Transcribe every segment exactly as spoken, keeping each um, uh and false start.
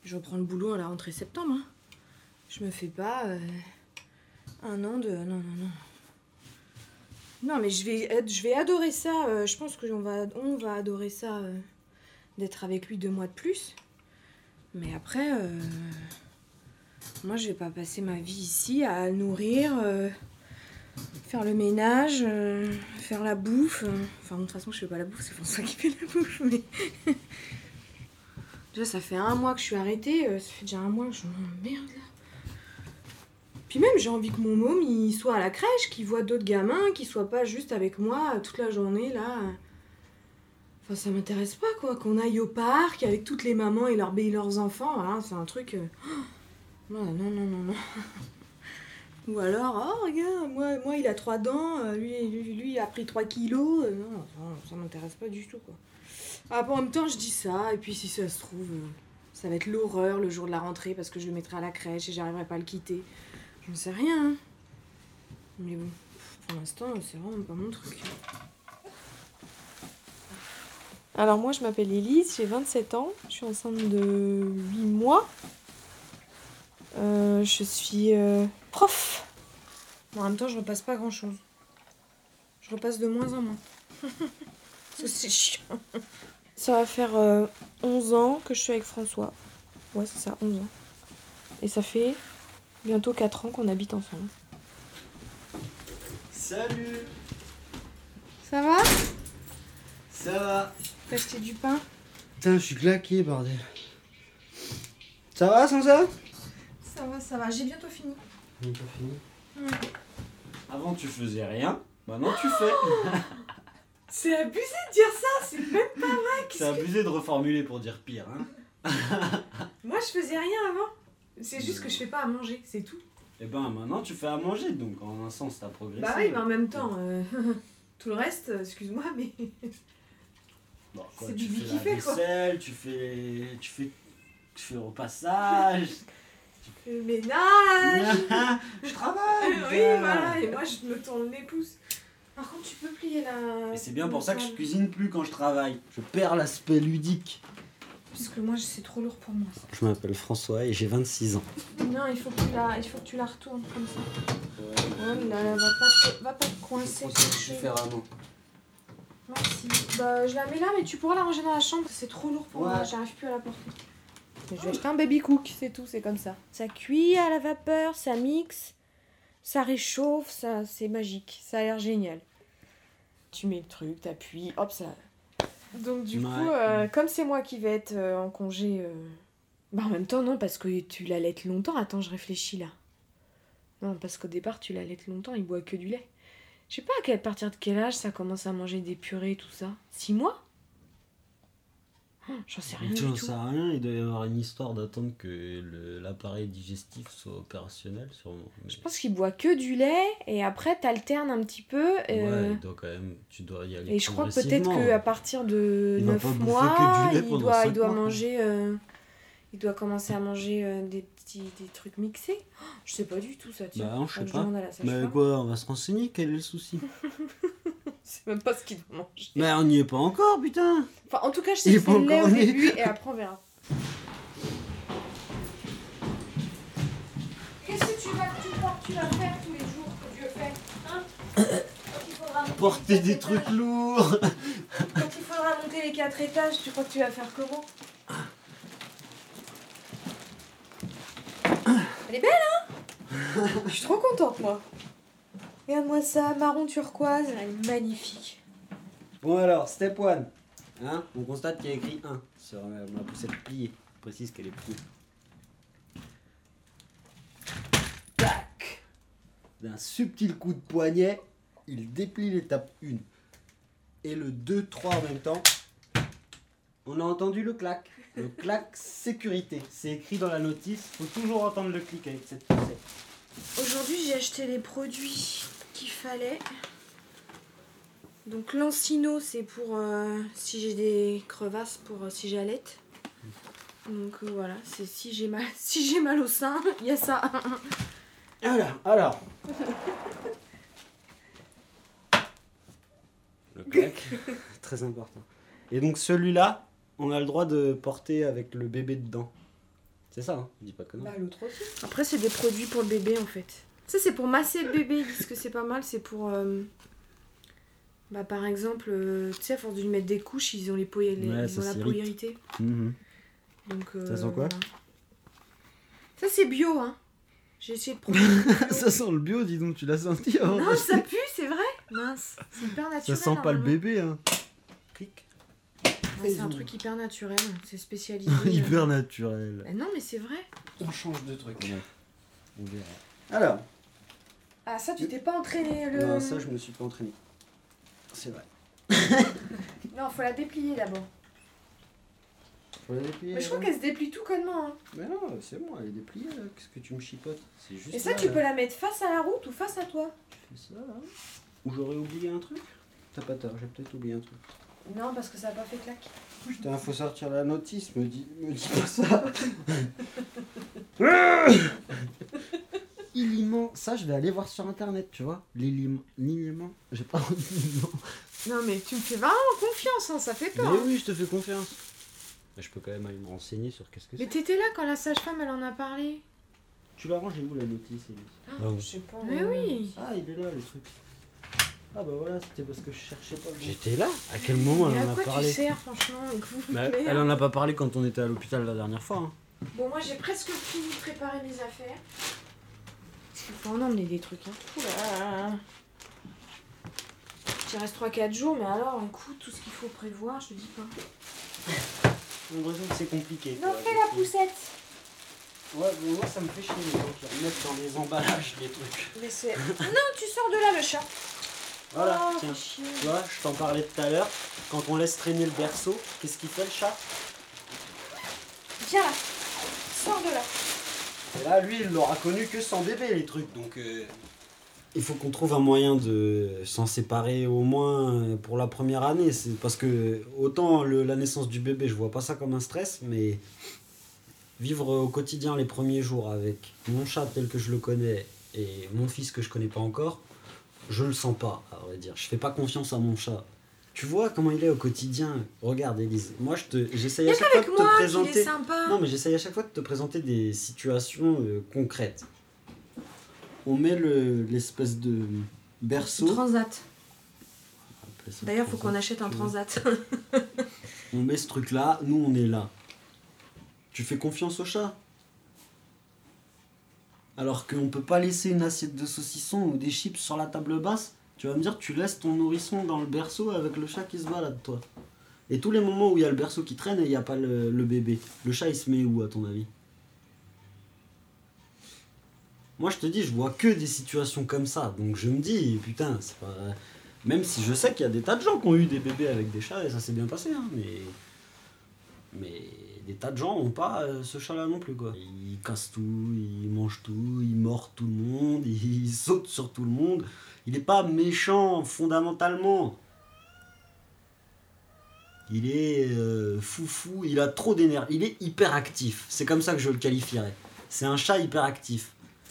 Je reprends le boulot à la rentrée septembre. Hein. Je me fais pas euh, un an de... Non, non, non. Non, mais je vais, je vais adorer ça. Euh, je pense qu'on va, on va adorer ça, euh, d'être avec lui deux mois de plus. Mais après, euh, moi, je vais pas passer ma vie ici à nourrir, euh, faire le ménage, euh, faire la bouffe. Euh. Enfin, de toute façon, je fais pas la bouffe, c'est François qui fait la bouffe. Mais déjà, ça fait un mois que je suis arrêtée. Euh, ça fait déjà un mois que je m'emmerde là. Puis même, j'ai envie que mon môme, il soit à la crèche, qu'il voit d'autres gamins, qu'il soit pas juste avec moi toute la journée, là. Enfin, ça m'intéresse pas, quoi, qu'on aille au parc avec toutes les mamans et leurs, et leurs enfants, voilà, c'est un truc... Euh... Non, non, non, non, non. Ou alors, oh, regarde, moi, moi il a trois dents, lui, lui, lui il a pris trois kilos. Non, ça, ça m'intéresse pas du tout, quoi. Ah, bon, en même temps, je dis ça, et puis si ça se trouve, ça va être l'horreur le jour de la rentrée, parce que je le mettrai à la crèche et j'arriverai pas à le quitter. Je ne sais rien, hein. Mais bon, pour l'instant, c'est vraiment pas mon truc. Alors moi, je m'appelle Élise, j'ai vingt-sept ans, je suis enceinte de huit mois. Euh, je suis euh, prof. Bon, en même temps, je repasse pas grand-chose. Je repasse de moins en moins. Ça, c'est chiant. Ça va faire euh, onze ans que je suis avec François. Ouais, c'est ça, onze ans. Et ça fait... bientôt quatre ans qu'on habite ensemble. Salut. Ça va? Ça va. T'as acheté du pain? Putain, je suis claqué, bordel. Ça va sans ça? Ça va, ça va. J'ai bientôt fini. Bientôt fini. Ouais. Avant, tu faisais rien. Maintenant, tu fais. C'est abusé de dire ça. C'est même pas vrai. C'est abusé de reformuler pour dire pire, hein. Moi, je faisais rien avant. C'est juste que je fais pas à manger, c'est tout. Et ben maintenant tu fais à manger, donc en un sens t'as progressé. Bah oui, mais en même temps, euh, tout le reste, excuse-moi, mais... Bon, quoi, c'est tu Bibi fais qui la fait, vaisselle, tu fais, tu fais, tu fais au passage. Le ménage. Je travaille. Oui, voilà, et moi je me tourne les pouces. Par contre, tu peux plier la... Et c'est bien pour ça que je cuisine plus quand je travaille. Je perds l'aspect ludique. Parce que moi, c'est trop lourd pour moi. Je m'appelle François et j'ai vingt-six ans. Non, il faut que tu la, il faut que tu la retournes comme ça. Ouais, mais là, va pas te, va pas te coincer. Différemment. Merci. Bah, je la mets là, mais tu pourras la ranger dans la chambre. C'est trop lourd pour ouais. moi, j'arrive plus à la porter. Mais je vais acheter un baby cook, c'est tout, c'est comme ça. Ça cuit à la vapeur, ça mixe, ça réchauffe, ça, c'est magique. Ça a l'air génial. Tu mets le truc, t'appuies, hop, ça... Donc du ouais. coup, euh, comme c'est moi qui vais être euh, en congé... Euh... Bah en même temps, non, parce que tu l'allaites longtemps. Attends, je réfléchis là. Non, parce qu'au départ, tu l'allaites longtemps, il boit que du lait. Je sais pas à quel, partir de quel âge ça commence à manger des purées et tout ça. Six mois? oh, J'en sais rien du tout. J'en sais rien, il doit y avoir une histoire d'attendre que le, l'appareil digestif soit opérationnel sûrement. Mais... Je pense qu'il boit que du lait et après t'alternes un petit peu. Euh... Ouais, il doit quand même, tu dois y aller. Et je crois que peut-être qu'à partir de il neuf mois, il doit, il doit mois, manger... Euh... Il doit commencer à manger euh, des petits des trucs mixés. Oh, je sais pas du tout ça, tiens. Bah non, je sais je pas. Mais quoi, on va se renseigner, quel est le souci? C'est même pas ce qu'il doit manger. Mais on n'y est pas encore, putain. Enfin, en tout cas, je sais que c'est le lait au début et après on verra. Qu'est-ce que tu, vas, tu crois que tu vas faire tous les jours que Dieu fait, hein? Porter des trucs lourds. Quand il faudra monter les quatre étages, tu crois que tu vas faire comment? Elle est belle, hein? Je suis trop contente, moi. Regarde-moi ça, marron turquoise, elle est magnifique. Bon alors, step one. Hein, on constate qu'il y a écrit un sur ma poussette pliée. Je précise qu'elle est pliée. Tac. D'un subtil coup de poignet, il déplie l'étape un. Et le deux trois en même temps. On a entendu le clac. Le clac sécurité. C'est écrit dans la notice. Faut toujours entendre le clic avec cette poussette. Aujourd'hui, j'ai acheté les produits qu'il fallait. Donc Lancino, c'est pour euh, si j'ai des crevasses, pour euh, si j'allaite. Donc euh, voilà, c'est si j'ai mal, si j'ai mal au sein, il y a ça. Alors, alors. Le clac, très important. Et donc celui-là, on a le droit de porter avec le bébé dedans. C'est ça, hein, dis pas de conneries. Bah, l'autre aussi. Après, c'est des produits pour le bébé en fait. Ça, c'est pour masser le bébé. Ils disent que c'est pas mal. C'est pour. euh, Bah, par exemple, euh, tu sais, à force de lui mettre des couches, ils ont, les peaux, les, Ouais, ils ça ont la peau s'irrite. irritée. Mhm. Donc, euh, Ça sent quoi? voilà. Ça, c'est bio, hein. J'ai essayé de prendre. Ça sent le bio, dis donc, tu l'as senti avant. Non, ça pue, c'est vrai. Mince. C'est hyper Ça naturel. sent pas le normalement. bébé, hein. Clic. Ouais, c'est un truc hyper naturel. C'est spécialisé. Hyper euh. naturel. Bah non, mais c'est vrai. On change de truc. Ouais. On verra. Alors. Ah, ça, tu t'es pas entraîné le. Non, ça, je me suis pas entraîné. C'est vrai. Non, faut la déplier d'abord. Faut la déplier. Mais je crois là. qu'elle se déplie tout connement. Hein. Mais non, c'est bon, elle est dépliée là. Qu'est-ce que tu me chipotes? C'est juste. Et ça, là, tu là. peux la mettre face à la route ou face à toi. Tu fais ça là. Ou j'aurais oublié un truc? T'as pas tort, j'ai peut-être oublié un truc. Non, parce que ça a pas fait claque. Putain, faut sortir la notice, me dis, me dis pas ça. Iliment, ça je vais aller voir sur internet, tu vois. L'iliment, l'iliment, j'ai pas envie de Non, mais tu me fais vraiment confiance, hein, ça fait Mais peur. hein. oui, je te fais confiance. Mais je peux quand même aller me renseigner sur qu'est-ce que Mais c'est. t'étais là quand la sage-femme, elle en a parlé. Tu l'as rangé où la notice, Elise? Ah, je sais pas. Mais euh, oui. Ah, il est là le truc. Ah bah voilà, c'était parce que je cherchais pas le bon. J'étais là. À quel moment Mais elle à en a quoi parlé tu sers, franchement, écoute, Bah, merde. Elle en a pas parlé quand on était à l'hôpital la dernière fois. Hein. Bon, moi, j'ai presque fini de préparer mes affaires. Il faut en emmener des trucs, hein. Oula. Il reste trois quatre jours, mais alors, écoute, tout ce qu'il faut prévoir, je te dis pas. J'ai l'impression que c'est compliqué. Non, quoi, fais avec la tout. poussette. Ouais, mais moi ça me fait chier les gens qui remettent dans les emballages les trucs. Mais c'est... Non, tu sors de là, le chat. Voilà, Oh, tiens. fais chier. Tu vois, je t'en parlais tout à l'heure. Quand on laisse traîner le berceau, qu'est-ce qu'il fait le chat? Viens là. Sors de là. Et là, lui, il l'aura connu que sans bébé, les trucs. Donc, euh, il faut qu'on trouve un moyen de s'en séparer au moins pour la première année. C'est parce que autant le- la naissance du bébé, je vois pas ça comme un stress, mais vivre au quotidien les premiers jours avec mon chat tel que je le connais et mon fils que je connais pas encore, je le sens pas, à vrai dire. Je fais pas confiance à mon chat. Tu vois comment il est au quotidien? Regarde, Élise. Moi, je te, j'essaye à chaque fois de Avec te moi, qu'il est présenter. sympa. Non, mais j'essaye à chaque fois de te présenter des situations euh, concrètes. On met le, l'espèce de berceau. Transat. Appelez ça D'ailleurs, faut transat, qu'on achète un tu vois. transat. On met ce truc-là, nous on est là. Tu fais confiance au chat? Alors qu'on peut pas laisser une assiette de saucisson ou des chips sur la table basse. Tu vas me dire, tu laisses ton nourrisson dans le berceau avec le chat qui se balade, toi. Et tous les moments où il y a le berceau qui traîne et il n'y a pas le, le bébé, le chat il se met où à ton avis? Moi je te dis, je vois que des situations comme ça. Donc je me dis, putain, c'est pas... Même si je sais qu'il y a des tas de gens qui ont eu des bébés avec des chats et ça s'est bien passé, hein, mais... Mais des tas de gens n'ont pas euh, ce chat-là non plus, quoi. Il casse tout, il mange tout, il mord tout le monde, il saute sur tout le monde. Il n'est pas méchant fondamentalement. Il est euh, foufou, il a trop d'énergie, il est hyperactif. C'est comme ça que je le qualifierais. C'est un chat hyperactif.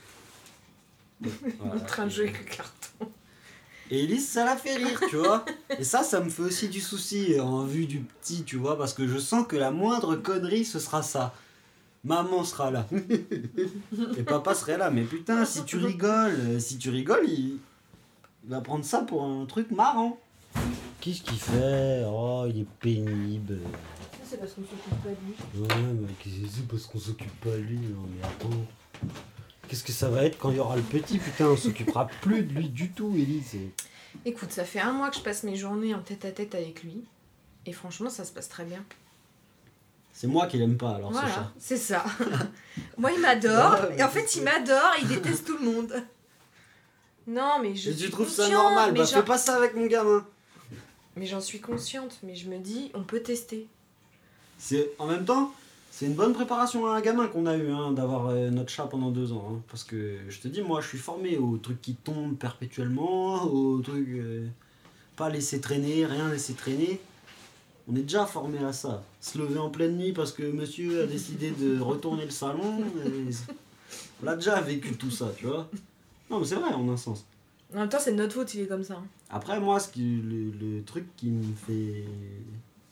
Voilà. En train de jouer avec le carton. Et Elise, ça la fait rire, tu vois. Et ça, ça me fait aussi du souci en vue du petit, tu vois, parce que je sens que la moindre connerie, ce sera ça. Maman sera là. Et papa serait là. Mais putain, si tu rigoles, si tu rigoles, il, il va prendre ça pour un truc marrant. Qu'est-ce qu'il fait? Oh, il est pénible. C'est parce qu'on s'occupe pas de lui. Ouais, mais qu'est-ce que c'est parce qu'on s'occupe pas de lui? Non, mais attends. Qu'est-ce que ça va être quand il y aura le petit? Putain, on s'occupera plus de lui du tout, Élise. Écoute, ça fait un mois que je passe mes journées en tête à tête avec lui. Et franchement, ça se passe très bien. C'est moi qui l'aime pas, alors, ce Voilà, chat. c'est ça. Moi, il m'adore. Ouais, mais Et en fait, c'est- il m'adore. Il déteste tout le monde. Non, mais je Et suis tu trouves ça consciente, normal? mais Bah, j'en- fais pas ça avec mon gamin. Mais j'en suis consciente. Mais je me dis, on peut tester. C'est, en même temps, c'est une bonne préparation à un gamin qu'on a eu, hein, d'avoir euh, notre chat pendant deux ans. Hein, parce que je te dis, moi, je suis formé aux trucs qui tombent perpétuellement, aux trucs euh, pas laisser traîner, rien laisser traîner. On est déjà formé à ça. Se lever en pleine nuit parce que monsieur a décidé de retourner le salon. et on a déjà vécu tout ça, tu vois. Non, mais c'est vrai, en un sens. En même temps, c'est de notre faute, il est comme ça. Après, moi, ce qui, le, le truc qui me fait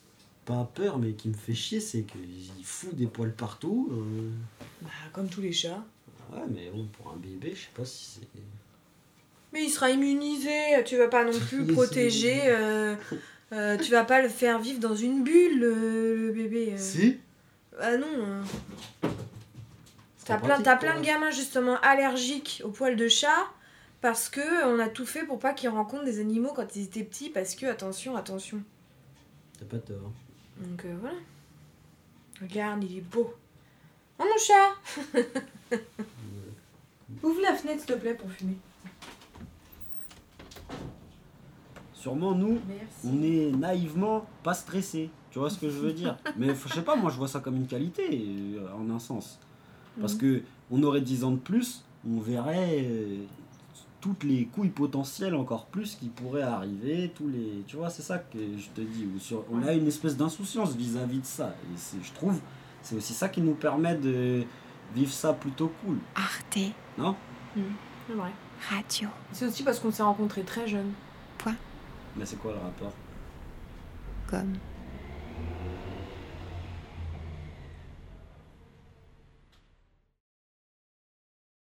pas peur, mais qui me fait chier, c'est qu'il fout des poils partout. euh. Bah, comme tous les chats. Ouais, mais bon, pour un bébé, je sais pas si c'est... Mais il sera immunisé, tu vas pas non plus Mais protéger, c'est- euh, euh, tu vas pas le faire vivre dans une bulle, le, le bébé. euh. Si. Ah non. euh. C'est T'as pas plein, pratique, t'as quoi. plein de gamins justement allergiques aux poils de chat parce que on a tout fait pour pas qu'ils rencontrent des animaux quand ils étaient petits parce que, attention, attention. T'as pas tort. Donc euh, voilà. Regarde, il est beau. Oh mon chat. Ouvre la fenêtre s'il te plaît pour fumer. Sûrement, nous, Merci. on est naïvement pas stressés. Tu vois ce que je veux dire? Mais je sais pas, moi je vois ça comme une qualité, euh, en un sens. Parce Mhm. que on aurait dix ans de plus, on verrait euh, toutes les couilles potentielles encore plus qui pourraient arriver, tous les... Tu vois, c'est ça que je te dis. Ou sur- On a une espèce d'insouciance vis-à-vis de ça. Et c'est- je trouve, c'est aussi ça qui nous permet de vivre ça plutôt cool. Arte Non? C'est vrai. Radio. C'est aussi parce qu'on s'est rencontrés très jeunes. Mais c'est quoi le rapport? Comme